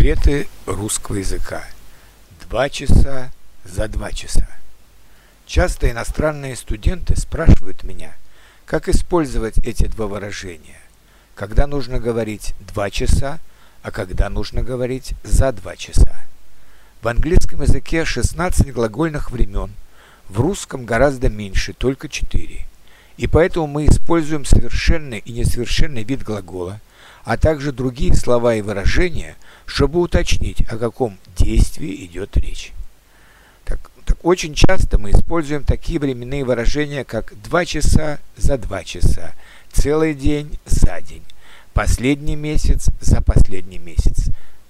Секреты русского языка. 2 часа за 2 часа. Часто иностранные студенты спрашивают меня, как использовать эти два выражения. Когда нужно говорить 2 часа, а когда нужно говорить за 2 часа. В английском языке 16 глагольных времен, в русском гораздо меньше, только 4. И поэтому мы используем совершенный и несовершенный вид глагола, а также другие слова и выражения, чтобы уточнить, о каком действии идет речь. Так очень часто мы используем такие временные выражения, как 2 часа за 2 часа, целый день за день, последний месяц за последний месяц,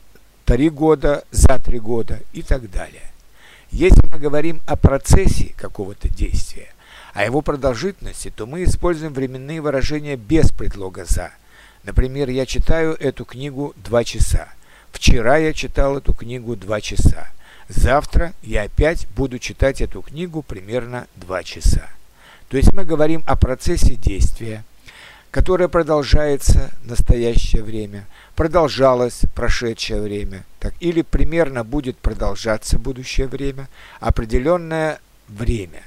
3 года за 3 года и так далее. Если мы говорим о процессе какого-то действия, о его продолжительности, то мы используем временные выражения без предлога «за». Например, я читаю эту книгу 2 часа. Вчера я читал эту книгу 2 часа. Завтра я опять буду читать эту книгу примерно 2 часа. То есть мы говорим о процессе действия, которое продолжается настоящее время, продолжалось прошедшее время, или примерно будет продолжаться будущее время, определенное время.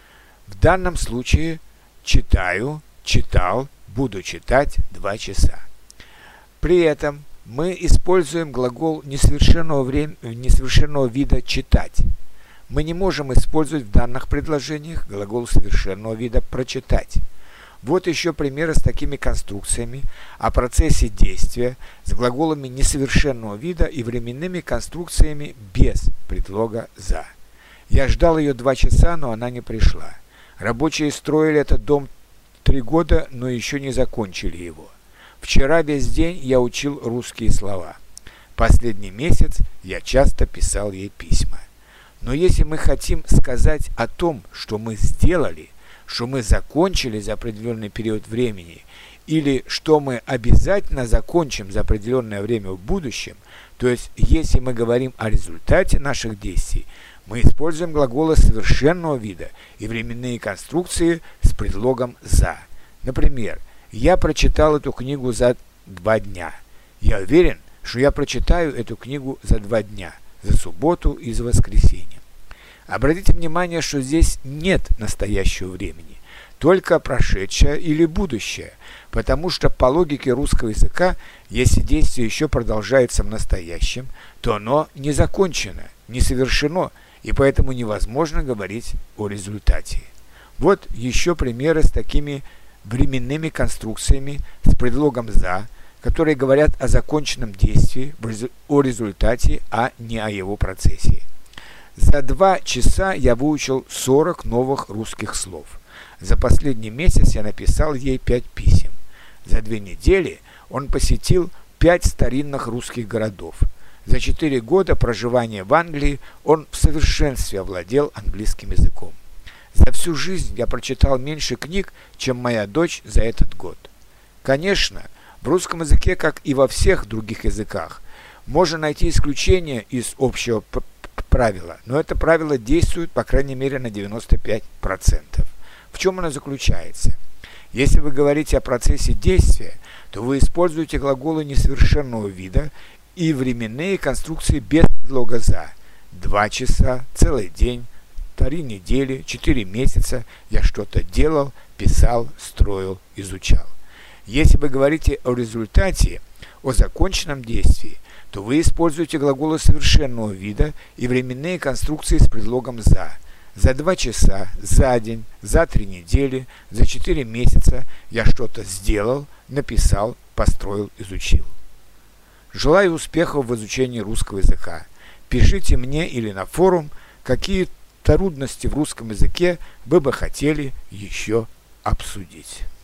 В данном случае читаю, читал, буду читать 2 часа. При этом мы используем глагол несовершенного вида «читать». Мы не можем использовать в данных предложениях глагол совершенного вида «прочитать». Вот еще примеры с такими конструкциями о процессе действия с глаголами несовершенного вида и временными конструкциями без предлога «за». Я ждал ее 2 часа, но она не пришла. Рабочие строили этот дом 3 года, но еще не закончили его. Вчера весь день я учил русские слова. Последний месяц я часто писал ей письма. Но если мы хотим сказать о том, что мы сделали, что мы закончили за определенный период времени, или что мы обязательно закончим за определенное время в будущем, то есть если мы говорим о результате наших действий, мы используем глаголы совершенного вида и временные конструкции с предлогом «за». Например, я прочитал эту книгу за 2 дня. Я уверен, что я прочитаю эту книгу за 2 дня, за субботу и за воскресенье. Обратите внимание, что здесь нет настоящего времени, только прошедшее или будущее, потому что по логике русского языка, если действие еще продолжается в настоящем, то оно не закончено, не совершено, и поэтому невозможно говорить о результате. Вот еще примеры с такими временными конструкциями с предлогом «за», которые говорят о законченном действии, о результате, а не о его процессе. За 2 часа я выучил 40 новых русских слов. За последний месяц я написал ей 5 писем. За 2 недели он посетил 5 старинных русских городов. За 4 года проживания в Англии он в совершенстве овладел английским языком. За всю жизнь я прочитал меньше книг, чем моя дочь за этот год. Конечно, в русском языке, как и во всех других языках, можно найти исключение из общего правила, но это правило действует, по крайней мере, на 95%. В чем оно заключается? Если вы говорите о процессе действия, то вы используете глаголы несовершенного вида и временные конструкции без предлога «за». 2 часа, целый день, 3 недели, 4 месяца я что-то делал, писал, строил, изучал. Если вы говорите о результате, о законченном действии, то вы используете глаголы совершенного вида и временные конструкции с предлогом «за». За 2 часа, за день, за 3 недели, за 4 месяца я что-то сделал, написал, построил, изучил. Желаю успехов в изучении русского языка. Пишите мне или на форум, какие трудности в русском языке вы бы хотели еще обсудить.